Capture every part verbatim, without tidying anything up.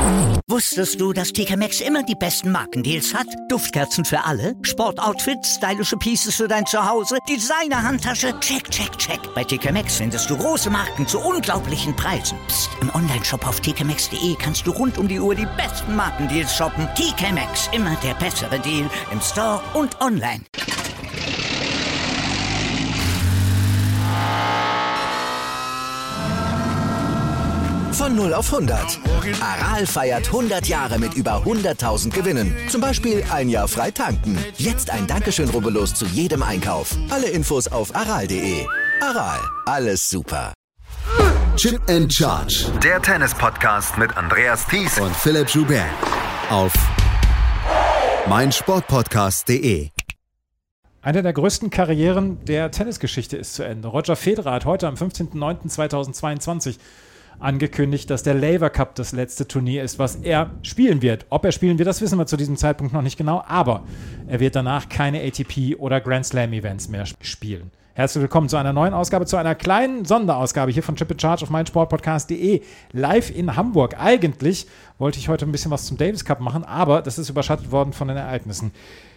Wusstest du, dass T K Maxx immer die besten Markendeals hat? Duftkerzen für alle, Sportoutfits, stylische Pieces für dein Zuhause, Designer-Handtasche, check, check, check. Bei T K Maxx findest du große Marken zu unglaublichen Preisen. Psst. Im Onlineshop auf t k maxx punkt d e kannst du rund um die Uhr die besten Markendeals shoppen. T K Maxx, immer der bessere Deal im Store und online. Von null auf hundert. Aral feiert hundert Jahre mit über hunderttausend Gewinnen. Zum Beispiel ein Jahr frei tanken. Jetzt ein Dankeschön, rubbellos zu jedem Einkauf. Alle Infos auf aral punkt de. Aral, alles super. Chip and Charge. Der Tennis-Podcast mit Andreas Thies und Philipp Joubert. Auf meinsportpodcast punkt de. Eine der größten Karrieren der Tennisgeschichte ist zu Ende. Roger Federer hat heute am fünfzehnten neunten zweitausendzweiundzwanzig angekündigt, dass der Laver Cup das letzte Turnier ist, was er spielen wird. Ob er spielen wird, das wissen wir zu diesem Zeitpunkt noch nicht genau, aber er wird danach keine A T P oder Grand Slam Events mehr spielen. Herzlich willkommen zu einer neuen Ausgabe, zu einer kleinen Sonderausgabe hier von Chip and Charge auf meinsportpodcast punkt de, live in Hamburg. Eigentlich wollte ich heute ein bisschen was zum Davis Cup machen, aber das ist überschattet worden von den Ereignissen.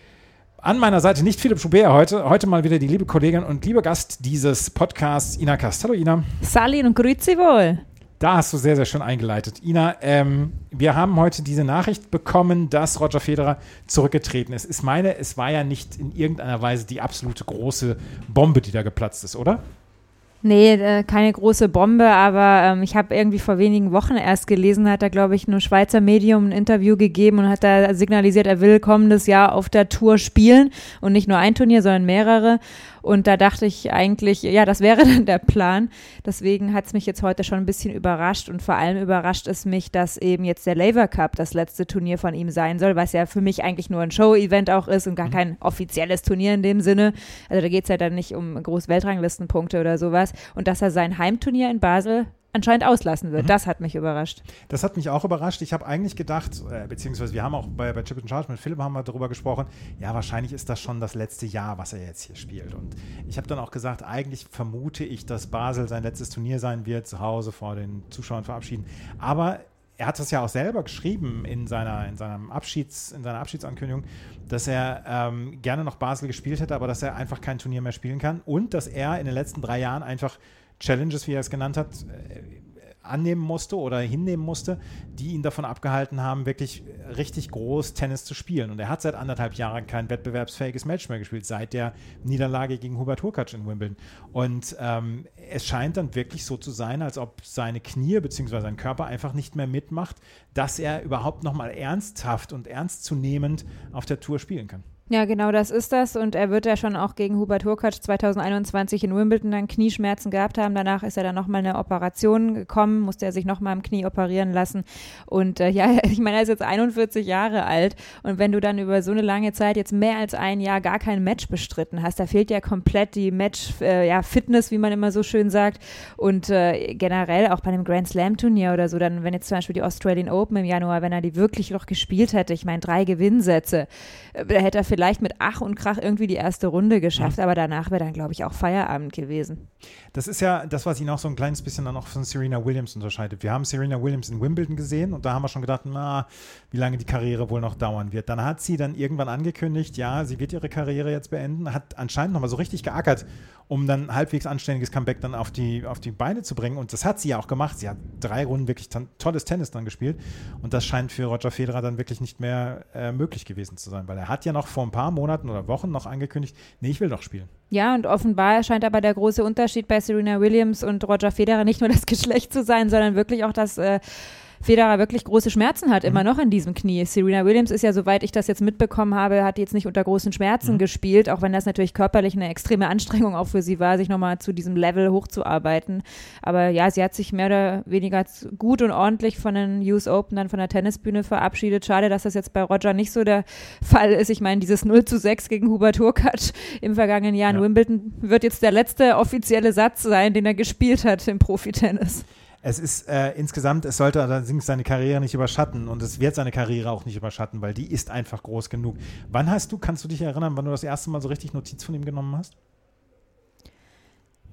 An meiner Seite nicht Philipp Joubert heute, heute mal wieder die liebe Kollegin und liebe Gast dieses Podcasts, Ina Kast. Hallo Ina. Salin und grüezi wohl. Da hast du sehr, sehr schön eingeleitet. Ina, ähm, wir haben heute diese Nachricht bekommen, dass Roger Federer zurückgetreten ist. Ich meine, es war ja nicht in irgendeiner Weise die absolute große Bombe, die da geplatzt ist, oder? Nee, äh, keine große Bombe, aber ähm, ich habe irgendwie vor wenigen Wochen erst gelesen, hat da, glaube ich, ein Schweizer Medium ein Interview gegeben und hat da signalisiert, er will kommendes Jahr auf der Tour spielen und nicht nur ein Turnier, sondern mehrere. Und da dachte ich eigentlich, ja, das wäre dann der Plan. Deswegen hat es mich jetzt heute schon ein bisschen überrascht und vor allem überrascht es mich, dass eben jetzt der Laver Cup das letzte Turnier von ihm sein soll, was ja für mich eigentlich nur ein Show-Event auch ist und gar kein offizielles Turnier in dem Sinne. Also da geht es ja dann nicht um groß Weltranglistenpunkte oder sowas. Und dass er sein Heimturnier in Basel anscheinend auslassen wird. Mhm. Das hat mich überrascht. Das hat mich auch überrascht. Ich habe eigentlich gedacht, äh, beziehungsweise wir haben auch bei, bei Chip and Charge mit Philipp haben wir darüber gesprochen, ja, wahrscheinlich ist das schon das letzte Jahr, was er jetzt hier spielt. Und ich habe dann auch gesagt, eigentlich vermute ich, dass Basel sein letztes Turnier sein wird, zu Hause vor den Zuschauern verabschieden. Aber er hat das ja auch selber geschrieben in seiner, in seinem Abschieds, in seiner Abschiedsankündigung, dass er ähm, gerne noch Basel gespielt hätte, aber dass er einfach kein Turnier mehr spielen kann und dass er in den letzten drei Jahren einfach Challenges, wie er es genannt hat, äh, annehmen musste oder hinnehmen musste, die ihn davon abgehalten haben, wirklich richtig groß Tennis zu spielen. Und er hat seit anderthalb Jahren kein wettbewerbsfähiges Match mehr gespielt, seit der Niederlage gegen Hubert Hurkacz in Wimbledon. Und ähm, es scheint dann wirklich so zu sein, als ob seine Knie bzw. sein Körper einfach nicht mehr mitmacht, dass er überhaupt nochmal ernsthaft und ernstzunehmend auf der Tour spielen kann. Ja, genau das ist das und er wird ja schon auch gegen Hubert Hurkacz zweitausendeinundzwanzig in Wimbledon dann Knieschmerzen gehabt haben. Danach ist er dann nochmal eine Operation gekommen, musste er sich nochmal im Knie operieren lassen und äh, ja, ich meine, er ist jetzt einundvierzig Jahre alt und wenn du dann über so eine lange Zeit jetzt mehr als ein Jahr gar kein Match bestritten hast, da fehlt ja komplett die Match, äh, ja, Fitness, wie man immer so schön sagt und äh, generell auch bei einem Grand Slam Turnier oder so, dann wenn jetzt zum Beispiel die Australian Open im Januar, wenn er die wirklich noch gespielt hätte, ich meine, drei Gewinnsätze, äh, da hätte er vielleicht vielleicht mit Ach und Krach irgendwie die erste Runde geschafft, mhm. aber danach wäre dann, glaube ich, auch Feierabend gewesen. Das ist ja das, was ihn auch so ein kleines bisschen dann auch von Serena Williams unterscheidet. Wir haben Serena Williams in Wimbledon gesehen und da haben wir schon gedacht, na, wie lange die Karriere wohl noch dauern wird. Dann hat sie dann irgendwann angekündigt, ja, sie wird ihre Karriere jetzt beenden, hat anscheinend nochmal so richtig geackert, um dann halbwegs anständiges Comeback dann auf die, auf die Beine zu bringen und das hat sie ja auch gemacht. Sie hat drei Runden wirklich t- tolles Tennis dann gespielt und das scheint für Roger Federer dann wirklich nicht mehr äh, möglich gewesen zu sein, weil er hat ja noch vor ein paar Monaten oder Wochen noch angekündigt, nee, ich will doch spielen. Ja, und offenbar scheint aber der große Unterschied bei Serena Williams und Roger Federer nicht nur das Geschlecht zu sein, sondern wirklich auch das äh, Federer wirklich große Schmerzen hat, mhm. immer noch in diesem Knie. Serena Williams ist ja, soweit ich das jetzt mitbekommen habe, hat jetzt nicht unter großen Schmerzen mhm. gespielt, auch wenn das natürlich körperlich eine extreme Anstrengung auch für sie war, sich nochmal zu diesem Level hochzuarbeiten. Aber ja, sie hat sich mehr oder weniger gut und ordentlich von den U S Open, dann von der Tennisbühne verabschiedet. Schade, dass das jetzt bei Roger nicht so der Fall ist. Ich meine, dieses null zu sechs gegen Hubert Hurkacz im vergangenen Jahr in ja. Wimbledon wird jetzt der letzte offizielle Satz sein, den er gespielt hat im Profitennis. Es ist äh, insgesamt, es sollte allerdings seine Karriere nicht überschatten und es wird seine Karriere auch nicht überschatten, weil die ist einfach groß genug. Wann hast du, kannst du dich erinnern, wann du das erste Mal so richtig Notiz von ihm genommen hast?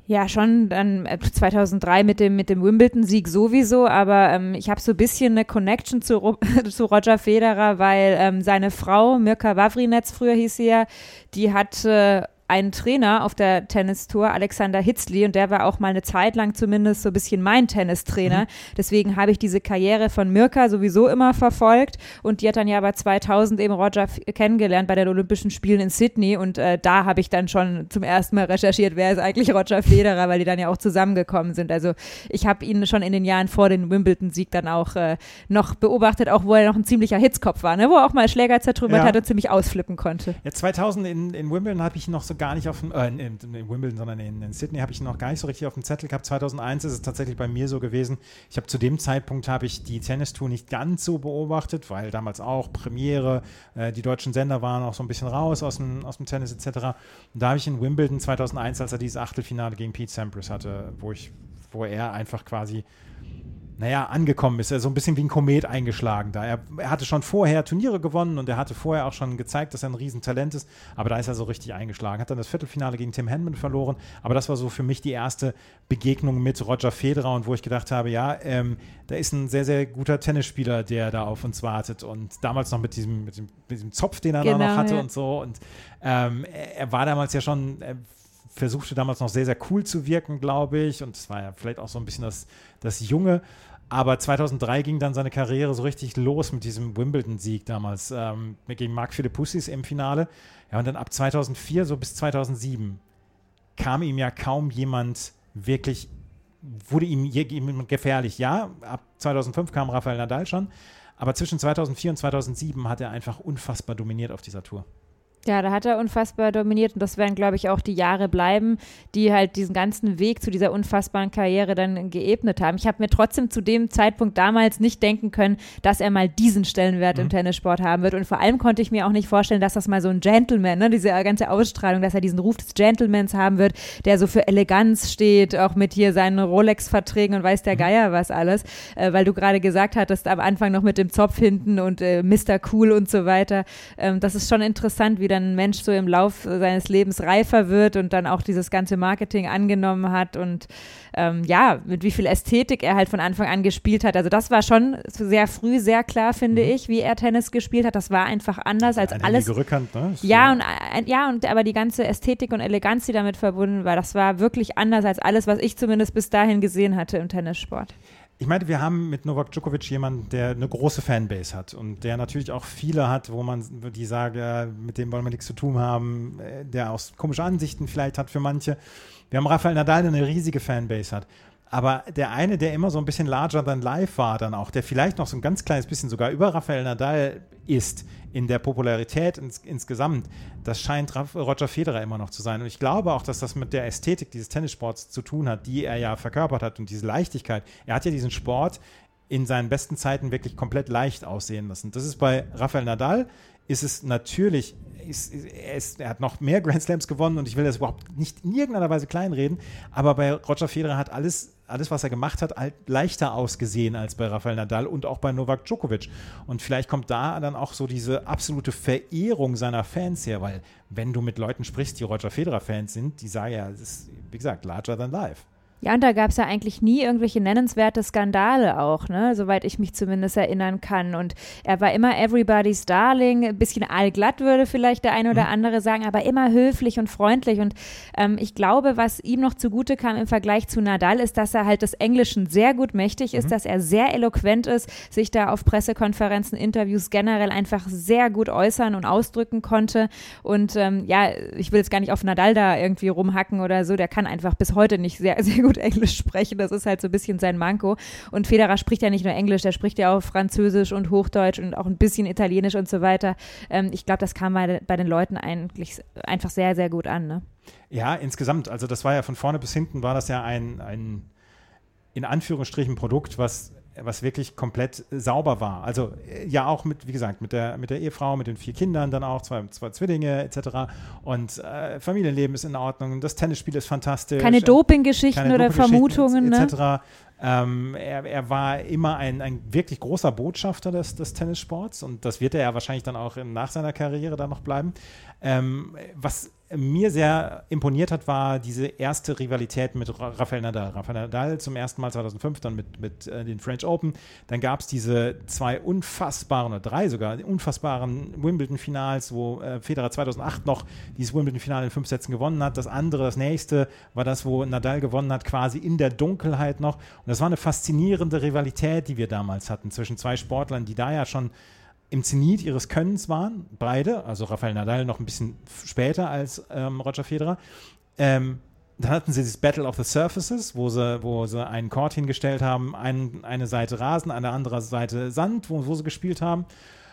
Ja, schon dann zweitausenddrei mit dem, mit dem Wimbledon-Sieg sowieso, aber ähm, ich habe so ein bisschen eine Connection zu, Ro- zu Roger Federer, weil ähm, seine Frau, Mirka Wawrinec, früher hieß sie ja, die hat äh, einen Trainer auf der Tennistour, Alexander Hitzli, und der war auch mal eine Zeit lang zumindest so ein bisschen mein Tennistrainer. Mhm. Deswegen habe ich diese Karriere von Mirka sowieso immer verfolgt, und die hat dann ja aber zweitausend eben Roger f- kennengelernt bei den Olympischen Spielen in Sydney, und äh, da habe ich dann schon zum ersten Mal recherchiert, wer ist eigentlich Roger Federer, weil die dann ja auch zusammengekommen sind. Also ich habe ihn schon in den Jahren vor dem Wimbledon-Sieg dann auch äh, noch beobachtet, auch wo er noch ein ziemlicher Hitzkopf war, ne? Wo er auch mal Schläger zertrümmert ja. hat und ziemlich ausflippen konnte. Ja, zweitausend in, in Wimbledon habe ich noch so gar nicht auf dem, äh, in, in Wimbledon, sondern in, in Sydney habe ich noch gar nicht so richtig auf dem Zettel gehabt. zweitausendeins ist es tatsächlich bei mir so gewesen. Ich habe zu dem Zeitpunkt habe ich die Tennistour nicht ganz so beobachtet, weil damals auch Premiere, äh, die deutschen Sender waren auch so ein bisschen raus aus dem, aus dem Tennis et cetera. Und da habe ich in Wimbledon zweitausendeins, als er dieses Achtelfinale gegen Pete Sampras hatte, wo ich, wo er einfach quasi naja, angekommen ist. Er so ein bisschen wie ein Komet eingeschlagen da. Er, er hatte schon vorher Turniere gewonnen und er hatte vorher auch schon gezeigt, dass er ein Riesentalent ist, aber da ist er so richtig eingeschlagen. Hat dann das Viertelfinale gegen Tim Henman verloren, aber das war so für mich die erste Begegnung mit Roger Federer, und wo ich gedacht habe, ja, ähm, da ist ein sehr, sehr guter Tennisspieler, der da auf uns wartet, und damals noch mit diesem, mit dem, mit diesem Zopf, den er genau, da noch hatte ja. und so, und ähm, er, er war damals ja schon, er versuchte damals noch sehr, sehr cool zu wirken, glaube ich, und es war ja vielleicht auch so ein bisschen das, das Junge. Aber zweitausenddrei ging dann seine Karriere so richtig los mit diesem Wimbledon-Sieg damals ähm, gegen Mark Philippoussis im Finale. Ja, und dann ab zweitausendvier so bis zweitausendsieben kam ihm ja kaum jemand wirklich, wurde ihm jemand gefährlich. Ja, ab zweitausendfünf kam Rafael Nadal schon, aber zwischen zweitausendvier und zweitausendsieben hat er einfach unfassbar dominiert auf dieser Tour. Ja, da hat er unfassbar dominiert, und das werden, glaube ich, auch die Jahre bleiben, die halt diesen ganzen Weg zu dieser unfassbaren Karriere dann geebnet haben. Ich habe mir trotzdem zu dem Zeitpunkt damals nicht denken können, dass er mal diesen Stellenwert mhm. im Tennissport haben wird, und vor allem konnte ich mir auch nicht vorstellen, dass das mal so ein Gentleman, ne, diese ganze Ausstrahlung, dass er diesen Ruf des Gentlemans haben wird, der so für Eleganz steht, auch mit hier seinen Rolex-Verträgen und weiß der Geier was alles, äh, weil du gerade gesagt hattest, am Anfang noch mit dem Zopf hinten und äh, Mister Cool und so weiter. Ähm, das ist schon interessant, wie ein Mensch so im Lauf seines Lebens reifer wird und dann auch dieses ganze Marketing angenommen hat, und ähm, ja, mit wie viel Ästhetik er halt von Anfang an gespielt hat. Also das war schon sehr früh sehr klar, finde mhm. ich, wie er Tennis gespielt hat. Das war einfach anders als eine alles. Rückhand, ne? Ja, und, ja, und aber die ganze Ästhetik und Eleganz, die damit verbunden war, das war wirklich anders als alles, was ich zumindest bis dahin gesehen hatte im Tennissport. Ich meine, wir haben mit Novak Djokovic jemanden, der eine große Fanbase hat und der natürlich auch viele hat, wo man die sagen, ja, mit dem wollen wir nichts zu tun haben, der auch komische Ansichten vielleicht hat für manche. Wir haben Rafael Nadal, der eine riesige Fanbase hat. Aber der eine, der immer so ein bisschen larger than life war dann auch, der vielleicht noch so ein ganz kleines bisschen sogar über Rafael Nadal ist in der Popularität ins, insgesamt, das scheint Roger Federer immer noch zu sein. Und ich glaube auch, dass das mit der Ästhetik dieses Tennissports zu tun hat, die er ja verkörpert hat, und diese Leichtigkeit. Er hat ja diesen Sport in seinen besten Zeiten wirklich komplett leicht aussehen lassen. Das ist bei Rafael Nadal, ist es natürlich, ist, er, ist, er hat noch mehr Grand Slams gewonnen, und ich will das überhaupt nicht in irgendeiner Weise kleinreden, aber bei Roger Federer hat alles, alles, was er gemacht hat, halt leichter ausgesehen als bei Rafael Nadal und auch bei Novak Djokovic. Und vielleicht kommt da dann auch so diese absolute Verehrung seiner Fans her, weil wenn du mit Leuten sprichst, die Roger Federer-Fans sind, die sagen ja, es ist, wie gesagt, larger than life. Ja, und da gab es ja eigentlich nie irgendwelche nennenswerte Skandale auch, ne, soweit ich mich zumindest erinnern kann. Und er war immer everybody's darling, ein bisschen aalglatt würde vielleicht der eine oder andere sagen, aber immer höflich und freundlich. Und ähm, ich glaube, was ihm noch zugute kam im Vergleich zu Nadal, ist, dass er halt des Englischen sehr gut mächtig ist, mhm. dass er sehr eloquent ist, sich da auf Pressekonferenzen, Interviews generell einfach sehr gut äußern und ausdrücken konnte. Und ähm, ja, ich will jetzt gar nicht auf Nadal da irgendwie rumhacken oder so, der kann einfach bis heute nicht sehr, sehr gut Englisch sprechen, das ist halt so ein bisschen sein Manko. Und Federer spricht ja nicht nur Englisch, der spricht ja auch Französisch und Hochdeutsch und auch ein bisschen Italienisch und so weiter. Ähm, ich glaube, das kam bei, bei den Leuten eigentlich einfach sehr, sehr gut an, ne? Ja, insgesamt, also das war ja von vorne bis hinten, war das ja ein, ein in Anführungsstrichen Produkt, was was wirklich komplett sauber war. Also ja auch mit, wie gesagt, mit der, mit der Ehefrau, mit den vier Kindern dann auch, zwei, zwei Zwillinge et cetera. Und äh, Familienleben ist in Ordnung, das Tennisspiel ist fantastisch. Keine Dopinggeschichten oder Vermutungen, et cetera. Ne? Ähm, er, er war immer ein, ein wirklich großer Botschafter des, des Tennissports, und das wird er ja wahrscheinlich dann auch nach seiner Karriere dann noch bleiben. Ähm, was mir sehr imponiert hat, war diese erste Rivalität mit Rafael Nadal. Rafael Nadal zum ersten Mal zweitausendfünf, dann mit, mit äh, den French Open. Dann gab es diese zwei unfassbaren, oder drei sogar, unfassbaren Wimbledon-Finals, wo äh, Federer zweitausendacht noch dieses Wimbledon-Finale in fünf Sätzen gewonnen hat. Das andere, das nächste, war das, wo Nadal gewonnen hat, quasi in der Dunkelheit noch. Und das war eine faszinierende Rivalität, die wir damals hatten, zwischen zwei Sportlern, die da ja schon im Zenit ihres Könnens waren, beide, also Rafael Nadal noch ein bisschen später als ähm, Roger Federer. Ähm, dann hatten sie das Battle of the Surfaces, wo sie, wo sie einen Court hingestellt haben, ein, eine Seite Rasen, eine andere Seite Sand, wo, wo sie gespielt haben.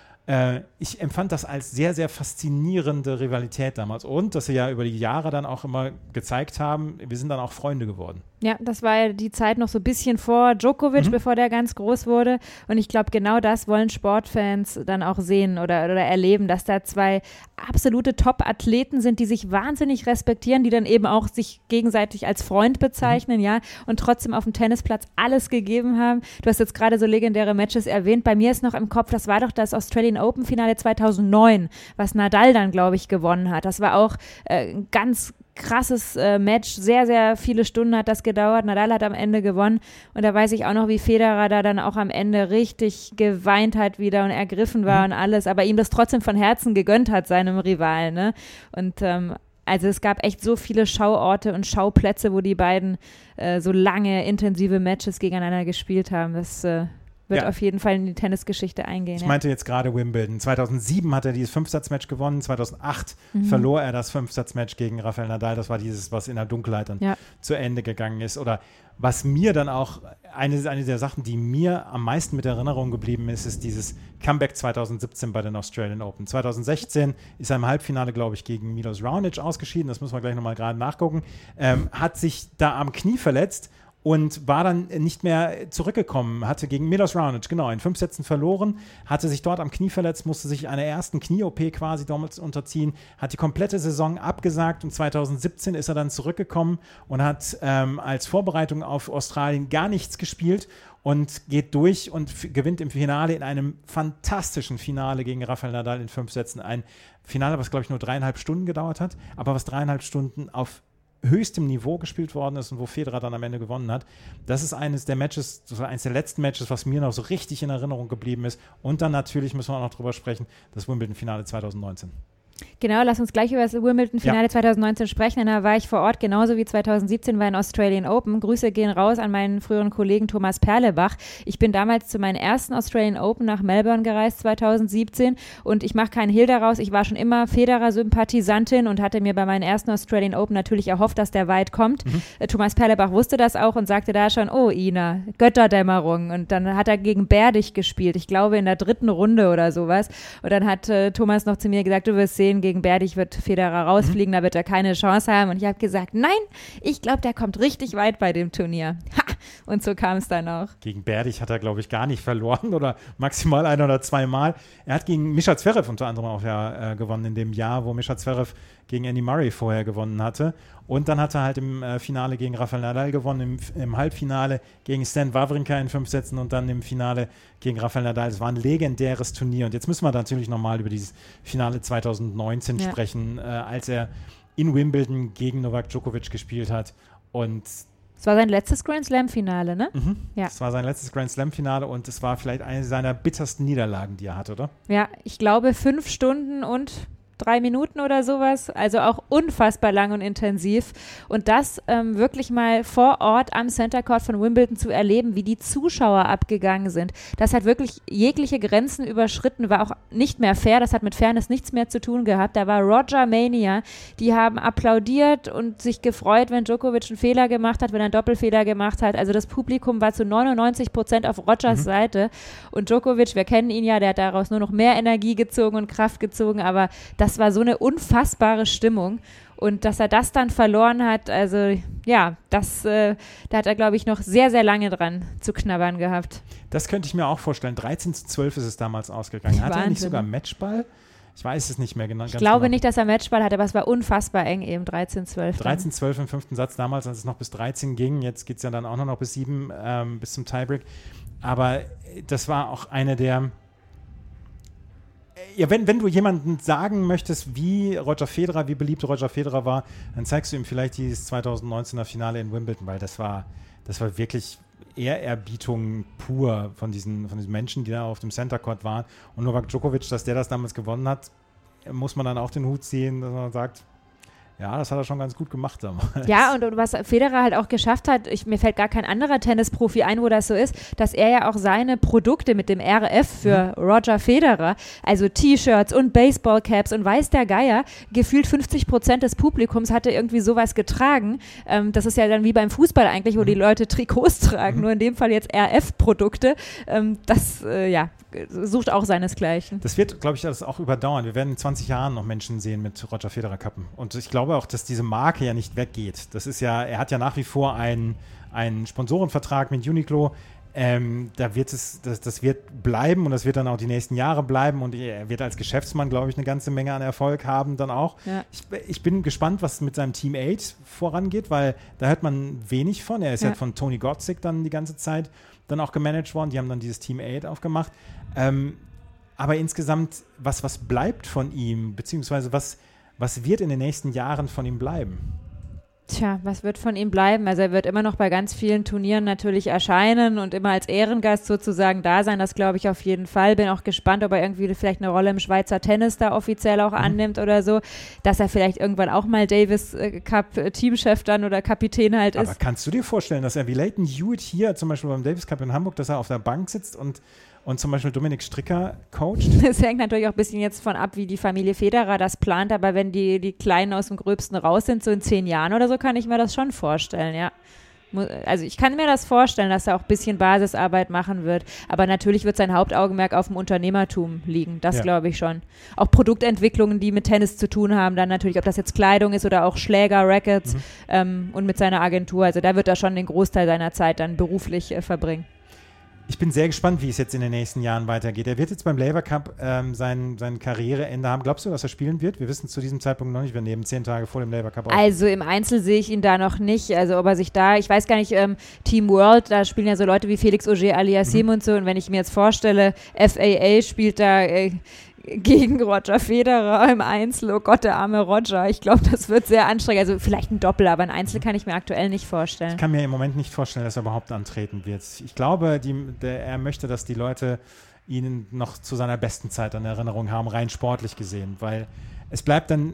Äh, ich empfand das als sehr, sehr faszinierende Rivalität damals und dass sie ja über die Jahre dann auch immer gezeigt haben, wir sind dann auch Freunde geworden. Ja, das war ja die Zeit noch so ein bisschen vor Djokovic, mhm. bevor der ganz groß wurde. Und ich glaube, genau das wollen Sportfans dann auch sehen oder, oder erleben, dass da zwei absolute Top-Athleten sind, die sich wahnsinnig respektieren, die dann eben auch sich gegenseitig als Freund bezeichnen, mhm. ja, und trotzdem auf dem Tennisplatz alles gegeben haben. Du hast jetzt gerade so legendäre Matches erwähnt. Bei mir ist noch im Kopf, das war doch das Australian Open-Finale zweitausendneun, was Nadal dann, glaube ich, gewonnen hat. Das war auch äh, ein ganz krasses äh, Match, sehr, sehr viele Stunden hat das gedauert. Nadal hat am Ende gewonnen und da weiß ich auch noch, wie Federer da dann auch am Ende richtig geweint hat wieder und ergriffen war mhm. und alles, aber ihm das trotzdem von Herzen gegönnt hat, seinem Rivalen, ne? Und ähm, also es gab echt so viele Schauorte und Schauplätze, wo die beiden äh, so lange, intensive Matches gegeneinander gespielt haben. Das äh, wird ja auf jeden Fall in die Tennisgeschichte eingehen. Ich ja. meinte jetzt gerade Wimbledon. zweitausendsieben hat er dieses Fünfsatzmatch gewonnen, zweitausendacht mhm. verlor er das Fünfsatzmatch gegen Rafael Nadal. Das war dieses, was in der Dunkelheit dann ja. zu Ende gegangen ist. Oder was mir dann auch, eine, eine der Sachen, die mir am meisten mit Erinnerung geblieben ist, ist dieses Comeback zweitausendsiebzehn bei den Australian Open. zweitausendsechzehn ist er im Halbfinale, glaube ich, gegen Milos Raonic ausgeschieden. Das müssen wir gleich nochmal gerade nachgucken. Ähm, hat sich da am Knie verletzt und war dann nicht mehr zurückgekommen, hatte gegen Milos Raonic, genau, in fünf Sätzen verloren, hatte sich dort am Knie verletzt, musste sich einer ersten Knie-O P quasi damals unterziehen, hat die komplette Saison abgesagt und zweitausendsiebzehn ist er dann zurückgekommen und hat ähm, als Vorbereitung auf Australien gar nichts gespielt und geht durch und f- gewinnt im Finale in einem fantastischen Finale gegen Rafael Nadal in fünf Sätzen. Ein Finale, was, glaube ich, nur dreieinhalb Stunden gedauert hat, aber was dreieinhalb Stunden auf höchstem Niveau gespielt worden ist und wo Federer dann am Ende gewonnen hat. Das ist eines der Matches, das war eines der letzten Matches, was mir noch so richtig in Erinnerung geblieben ist. Und dann natürlich müssen wir auch noch drüber sprechen, das Wimbledon-Finale zweitausendneunzehn. Genau, lass uns gleich über das Wimbledon-Finale ja. zweitausendneunzehn sprechen, denn da war ich vor Ort, genauso wie zweitausendsiebzehn bei den Australian Open. Grüße gehen raus an meinen früheren Kollegen Thomas Perlebach. Ich bin damals zu meinen ersten Australian Open nach Melbourne gereist, zweitausendsiebzehn, und ich mache keinen Hehl daraus, ich war schon immer Federer-Sympathisantin und hatte mir bei meinen ersten Australian Open natürlich erhofft, dass der weit kommt. Mhm. Äh, Thomas Perlebach wusste das auch und sagte da schon, oh Ina, Götterdämmerung, und dann hat er gegen Berdych gespielt, ich glaube in der dritten Runde oder sowas, und dann hat äh, Thomas noch zu mir gesagt, du wirst sehen, gegen Berdych wird Federer rausfliegen, mhm. da wird er keine Chance haben. Und ich habe gesagt, nein, ich glaube, der kommt richtig weit bei dem Turnier. Ha! Und so kam es dann auch. Gegen Berdych hat er, glaube ich, gar nicht verloren oder maximal ein oder zweimal. Er hat gegen Mischa Zverev unter anderem auch ja äh, gewonnen in dem Jahr, wo Mischa Zverev gegen Andy Murray vorher gewonnen hatte. Und dann hat er halt im äh, Finale gegen Rafael Nadal gewonnen, im, im Halbfinale gegen Stan Wawrinka in fünf Sätzen und dann im Finale gegen Rafael Nadal. Es war ein legendäres Turnier. Und jetzt müssen wir natürlich nochmal über dieses Finale zweitausendneunzehn ja. sprechen, äh, als er in Wimbledon gegen Novak Djokovic gespielt hat. Und es war sein letztes Grand Slam-Finale, ne? Mhm. Ja. Es war sein letztes Grand Slam-Finale und es war vielleicht eine seiner bittersten Niederlagen, die er hatte, oder? Ja, ich glaube fünf Stunden und drei Minuten oder sowas, also auch unfassbar lang und intensiv. Und das ähm, wirklich mal vor Ort am Center Court von Wimbledon zu erleben, wie die Zuschauer abgegangen sind. Das hat wirklich jegliche Grenzen überschritten, war auch nicht mehr fair, das hat mit Fairness nichts mehr zu tun gehabt. Da war Roger Mania, die haben applaudiert und sich gefreut, wenn Djokovic einen Fehler gemacht hat, wenn er einen Doppelfehler gemacht hat. Also das Publikum war zu neunundneunzig Prozent auf Rogers mhm. Seite und Djokovic, wir kennen ihn ja, der hat daraus nur noch mehr Energie gezogen und Kraft gezogen, aber das Das war so eine unfassbare Stimmung und dass er das dann verloren hat, also ja, das, äh, da hat er, glaube ich, noch sehr, sehr lange dran zu knabbern gehabt. Das könnte ich mir auch vorstellen. dreizehn zu zwölf ist es damals ausgegangen. Hatte er nicht sogar Matchball? Ich weiß es nicht mehr genau. Ich glaube genau. nicht, dass er Matchball hatte, aber es war unfassbar eng eben, dreizehn zwölf. dreizehn zwölf im fünften Satz damals, als es noch bis dreizehn ging. Jetzt geht es ja dann auch noch bis sieben, ähm, bis zum Tiebreak. Aber das war auch eine der ja, wenn, wenn du jemandem sagen möchtest, wie Roger Federer, wie beliebt Roger Federer war, dann zeigst du ihm vielleicht dieses zwanzig neunzehner Finale in Wimbledon, weil das war, das war wirklich Ehrerbietung pur von diesen, von diesen Menschen, die da auf dem Center Court waren. Und Novak Djokovic, dass der das damals gewonnen hat, muss man dann auch den Hut ziehen, dass man sagt, ja, das hat er schon ganz gut gemacht damals. Ja, und, und was Federer halt auch geschafft hat, ich, mir fällt gar kein anderer Tennisprofi ein, wo das so ist, dass er ja auch seine Produkte mit dem R F für mhm. Roger Federer, also T-Shirts und Baseballcaps und weiß der Geier, gefühlt fünfzig Prozent des Publikums hatte irgendwie sowas getragen. Ähm, das ist ja dann wie beim Fußball eigentlich, wo mhm. die Leute Trikots tragen, mhm. nur in dem Fall jetzt R F-Produkte. Ähm, das, äh, ja, sucht auch seinesgleichen. Das wird, glaube ich, das auch überdauern. Wir werden in zwanzig Jahren noch Menschen sehen mit Roger Federer-Kappen. Und ich glaube auch, dass diese Marke ja nicht weggeht. Das ist ja, er hat ja nach wie vor einen, einen Sponsorenvertrag mit Uniqlo. Ähm, da wird es, das, das wird bleiben und das wird dann auch die nächsten Jahre bleiben und er wird als Geschäftsmann, glaube ich, eine ganze Menge an Erfolg haben dann auch. Ja. Ich, ich bin gespannt, was mit seinem Team acht vorangeht, weil da hört man wenig von. Er ist ja, ja von Tony Godsick dann die ganze Zeit dann auch gemanagt worden. Die haben dann dieses Team acht aufgemacht. Ähm, aber insgesamt, was, was bleibt von ihm, beziehungsweise was, was wird in den nächsten Jahren von ihm bleiben? Tja, was wird von ihm bleiben? Also er wird immer noch bei ganz vielen Turnieren natürlich erscheinen und immer als Ehrengast sozusagen da sein, das glaube ich auf jeden Fall. Bin auch gespannt, ob er irgendwie vielleicht eine Rolle im Schweizer Tennis da offiziell auch mhm. annimmt oder so, dass er vielleicht irgendwann auch mal Davis Cup Teamchef dann oder Kapitän halt ist. Aber kannst du dir vorstellen, dass er wie Lleyton Hewitt hier zum Beispiel beim Davis Cup in Hamburg, dass er auf der Bank sitzt und Und zum Beispiel Dominik Stricker coacht? Es hängt natürlich auch ein bisschen jetzt von ab, wie die Familie Federer das plant, aber wenn die, die Kleinen aus dem Gröbsten raus sind, so in zehn Jahren oder so, kann ich mir das schon vorstellen, ja. Also ich kann mir das vorstellen, dass er auch ein bisschen Basisarbeit machen wird, aber natürlich wird sein Hauptaugenmerk auf dem Unternehmertum liegen, das ja. glaube ich schon. Auch Produktentwicklungen, die mit Tennis zu tun haben, dann natürlich, ob das jetzt Kleidung ist oder auch Schläger, Rackets mhm. ähm, und mit seiner Agentur, also da wird er schon den Großteil seiner Zeit dann beruflich äh, verbringen. Ich bin sehr gespannt, wie es jetzt in den nächsten Jahren weitergeht. Er wird jetzt beim Laver Cup ähm, sein, sein Karriereende haben. Glaubst du, dass er spielen wird? Wir wissen es zu diesem Zeitpunkt noch nicht. Wir nehmen zehn Tage vor dem Laver Cup auf. Also im Einzel sehe ich ihn da noch nicht. Also ob er sich da, ich weiß gar nicht, ähm, Team World, da spielen ja so Leute wie Felix Auger-Aliassime mhm. und so. Und wenn ich mir jetzt vorstelle, F A A spielt da äh, gegen Roger Federer im Einzel, oh Gott, der arme Roger. Ich glaube, das wird sehr anstrengend. Also vielleicht ein Doppel, aber ein Einzel kann ich mir aktuell nicht vorstellen. Ich kann mir im Moment nicht vorstellen, dass er überhaupt antreten wird. Ich glaube, die, der, er möchte, dass die Leute ihn noch zu seiner besten Zeit in Erinnerung haben, rein sportlich gesehen, weil es bleibt dann,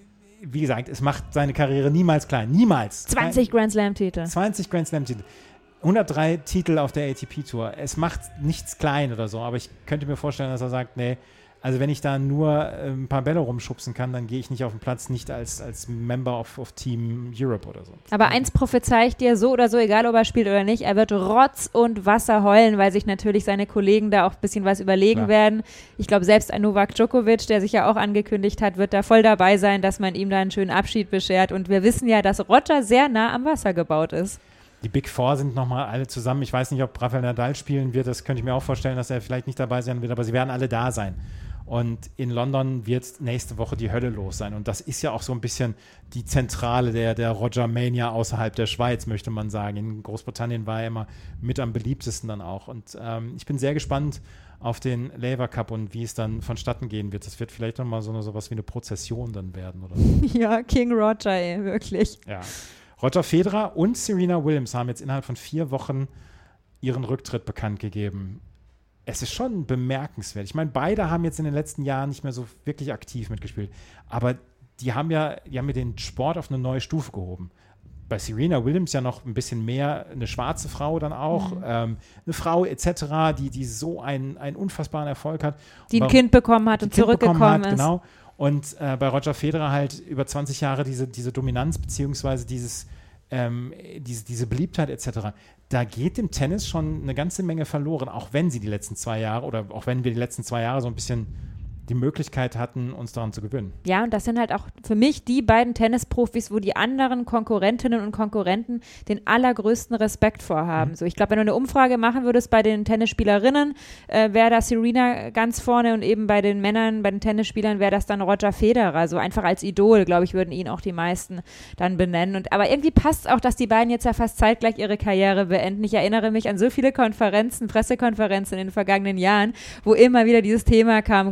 wie gesagt, es macht seine Karriere niemals klein. Niemals. zwanzig Grand Slam-Titel. zwanzig Grand Slam-Titel. hundertdrei Titel auf der A T P-Tour. Es macht nichts klein oder so, aber ich könnte mir vorstellen, dass er sagt, nee, also wenn ich da nur äh, ein paar Bälle rumschubsen kann, dann gehe ich nicht auf den Platz, nicht als, als Member of, of Team Europe oder so. Aber eins prophezei ich dir so oder so, egal ob er spielt oder nicht, er wird Rotz und Wasser heulen, weil sich natürlich seine Kollegen da auch ein bisschen was überlegen Klar. werden. Ich glaube, selbst ein Novak Djokovic, der sich ja auch angekündigt hat, wird da voll dabei sein, dass man ihm da einen schönen Abschied beschert. Und wir wissen ja, dass Roger sehr nah am Wasser gebaut ist. Die Big Four sind nochmal alle zusammen. Ich weiß nicht, ob Rafael Nadal spielen wird. Das könnte ich mir auch vorstellen, dass er vielleicht nicht dabei sein wird, aber sie werden alle da sein. Und in London wird nächste Woche die Hölle los sein. Und das ist ja auch so ein bisschen die Zentrale der, der Roger-Mania außerhalb der Schweiz, möchte man sagen. In Großbritannien war er immer mit am beliebtesten dann auch. Und ähm, ich bin sehr gespannt auf den Laver Cup und wie es dann vonstatten gehen wird. Das wird vielleicht nochmal so sowas wie eine Prozession dann werden, oder? Ja, King Roger, ey, wirklich. Ja. Roger Federer und Serena Williams haben jetzt innerhalb von vier Wochen ihren Rücktritt bekannt gegeben. Es ist schon bemerkenswert. Ich meine, beide haben jetzt in den letzten Jahren nicht mehr so wirklich aktiv mitgespielt. Aber die haben ja, die haben ja den Sport auf eine neue Stufe gehoben. Bei Serena Williams ja noch ein bisschen mehr eine schwarze Frau dann auch, mhm. ähm, eine Frau et cetera, die, die so einen, einen unfassbaren Erfolg hat. Die ein Kind bekommen hat und zurückgekommen hat, ist. Genau. Und äh, bei Roger Federer halt über zwanzig Jahre diese, diese Dominanz beziehungsweise dieses, ähm, diese, diese Beliebtheit et cetera. Da geht dem Tennis schon eine ganze Menge verloren, auch wenn sie die letzten zwei Jahre oder auch wenn wir die letzten zwei Jahre so ein bisschen die Möglichkeit hatten, uns daran zu gewöhnen. Ja, und das sind halt auch für mich die beiden Tennisprofis, wo die anderen Konkurrentinnen und Konkurrenten den allergrößten Respekt vorhaben. Mhm. So, ich glaube, wenn du eine Umfrage machen würdest bei den Tennisspielerinnen, äh, wäre da Serena ganz vorne und eben bei den Männern, bei den Tennisspielern wäre das dann Roger Federer. So einfach als Idol, glaube ich, würden ihn auch die meisten dann benennen. Und, aber irgendwie passt es auch, dass die beiden jetzt ja fast zeitgleich ihre Karriere beenden. Ich erinnere mich an so viele Konferenzen, Pressekonferenzen in den vergangenen Jahren, wo immer wieder dieses Thema kam, vor allem an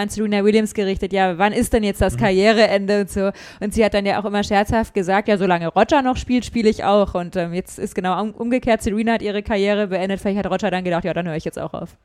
an Serena Williams gerichtet, ja, wann ist denn jetzt das mhm. Karriereende und so. Und sie hat dann ja auch immer scherzhaft gesagt, ja, solange Roger noch spielt, spiele ich auch. Und ähm, jetzt ist genau um, umgekehrt, Serena hat ihre Karriere beendet, vielleicht hat Roger dann gedacht, ja, dann höre ich jetzt auch auf.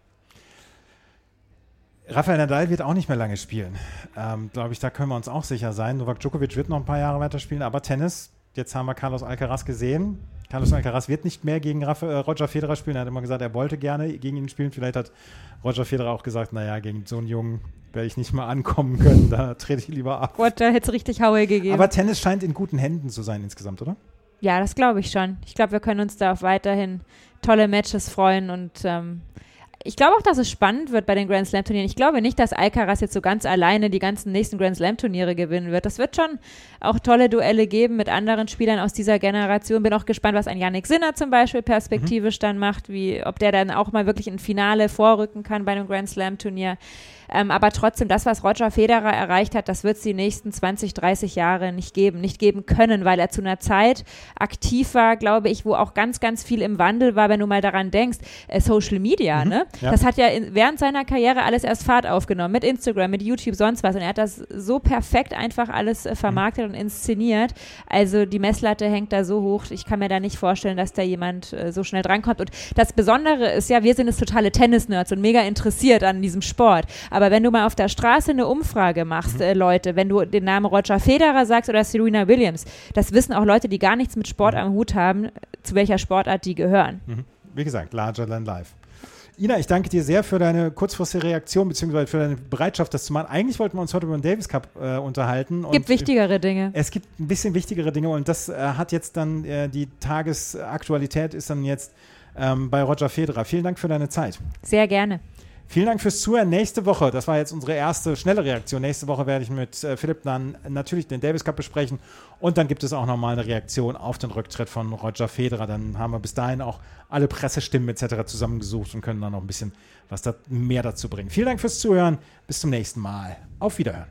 Rafael Nadal wird auch nicht mehr lange spielen. Ähm, glaube ich, da können wir uns auch sicher sein. Novak Djokovic wird noch ein paar Jahre weiter spielen, aber Tennis, jetzt haben wir Carlos Alcaraz gesehen. Carlos Alcaraz wird nicht mehr gegen Rafa, äh, Roger Federer spielen. Er hat immer gesagt, er wollte gerne gegen ihn spielen. Vielleicht hat Roger Federer auch gesagt, naja, gegen so einen Jungen werde ich nicht mal ankommen können. Da trete ich lieber ab. Roger hätte es richtig Haue gegeben. Aber Tennis scheint in guten Händen zu sein insgesamt, oder? Ja, das glaube ich schon. Ich glaube, wir können uns da auf weiterhin tolle Matches freuen und ähm, ich glaube auch, dass es spannend wird bei den Grand Slam Turnieren. Ich glaube nicht, dass Alcaraz jetzt so ganz alleine die ganzen nächsten Grand Slam Turniere gewinnen wird. Das wird schon auch tolle Duelle geben mit anderen Spielern aus dieser Generation. Bin auch gespannt, was ein Yannick Sinner zum Beispiel perspektivisch mhm. dann macht, wie, ob der dann auch mal wirklich ein Finale vorrücken kann bei einem Grand Slam Turnier. Ähm, aber trotzdem, das, was Roger Federer erreicht hat, das wird es die nächsten zwanzig, dreißig Jahre nicht geben, nicht geben können, weil er zu einer Zeit aktiv war, glaube ich, wo auch ganz, ganz viel im Wandel war, wenn du mal daran denkst, äh, Social Media, mhm, ne? Ja. Das hat ja in, während seiner Karriere alles erst Fahrt aufgenommen, mit Instagram, mit YouTube, sonst was. Und er hat das so perfekt einfach alles äh, vermarktet mhm. und inszeniert. Also die Messlatte hängt da so hoch, ich kann mir da nicht vorstellen, dass da jemand äh, so schnell drankommt. Und das Besondere ist ja, wir sind jetzt totale Tennis-Nerds und mega interessiert an diesem Sport. Aber wenn du mal auf der Straße eine Umfrage machst, mhm. äh, Leute, wenn du den Namen Roger Federer sagst oder Serena Williams, das wissen auch Leute, die gar nichts mit Sport am Hut haben, zu welcher Sportart die gehören. Mhm. Wie gesagt, larger than life. Ina, ich danke dir sehr für deine kurzfristige Reaktion beziehungsweise für deine Bereitschaft, das zu machen. Eigentlich wollten wir uns heute über den Davis Cup äh, unterhalten. Es gibt wichtigere Dinge. Es gibt ein bisschen wichtigere Dinge und das äh, hat jetzt dann, äh, die Tagesaktualität ist dann jetzt ähm, bei Roger Federer. Vielen Dank für deine Zeit. Sehr gerne. Vielen Dank fürs Zuhören. Nächste Woche, das war jetzt unsere erste schnelle Reaktion, nächste Woche werde ich mit äh, Philipp dann natürlich den Davis Cup besprechen und dann gibt es auch nochmal eine Reaktion auf den Rücktritt von Roger Federer. Dann haben wir bis dahin auch alle Pressestimmen et cetera zusammengesucht und können dann noch ein bisschen was da, mehr dazu bringen. Vielen Dank fürs Zuhören. Bis zum nächsten Mal. Auf Wiederhören.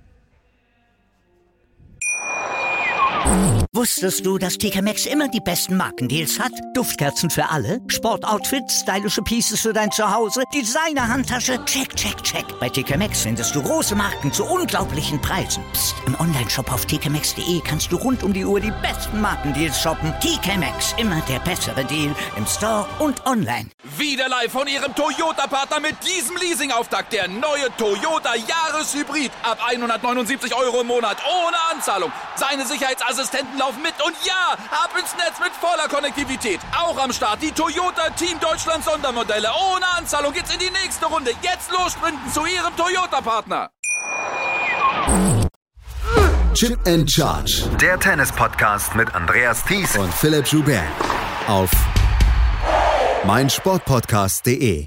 Wusstest du, dass T K Maxx immer die besten Markendeals hat? Duftkerzen für alle, Sportoutfits, stylische Pieces für dein Zuhause, Designer-Handtasche, check, check, check. Bei T K Maxx findest du große Marken zu unglaublichen Preisen. Psst. Im Onlineshop auf t k maxx punkt d e kannst du rund um die Uhr die besten Markendeals shoppen. T K Maxx, immer der bessere Deal im Store und online. Wieder live von Ihrem Toyota-Partner mit diesem Leasing-Auftakt. Der neue Toyota Jahreshybrid. Ab hundertneunundsiebzig Euro im Monat ohne Anzahlung. Seine Sicherheitsassistenten laufen mit und ja, ab ins Netz mit voller Konnektivität. Auch am Start die Toyota Team Deutschland Sondermodelle. Ohne Anzahlung geht's in die nächste Runde. Jetzt los sprinten zu Ihrem Toyota-Partner. Chip and Charge. Der Tennis-Podcast mit Andreas Thies und Philipp Joubert. Auf meinsportpodcast punkt de.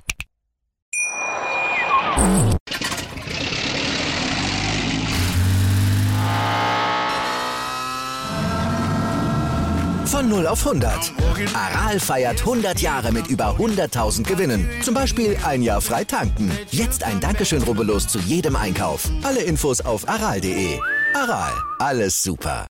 Von null auf hundert. Aral feiert hundert Jahre mit über hunderttausend Gewinnen. Zum Beispiel ein Jahr frei tanken. Jetzt ein Dankeschön, rubbellos zu jedem Einkauf. Alle Infos auf aral punkt de. Aral, alles super.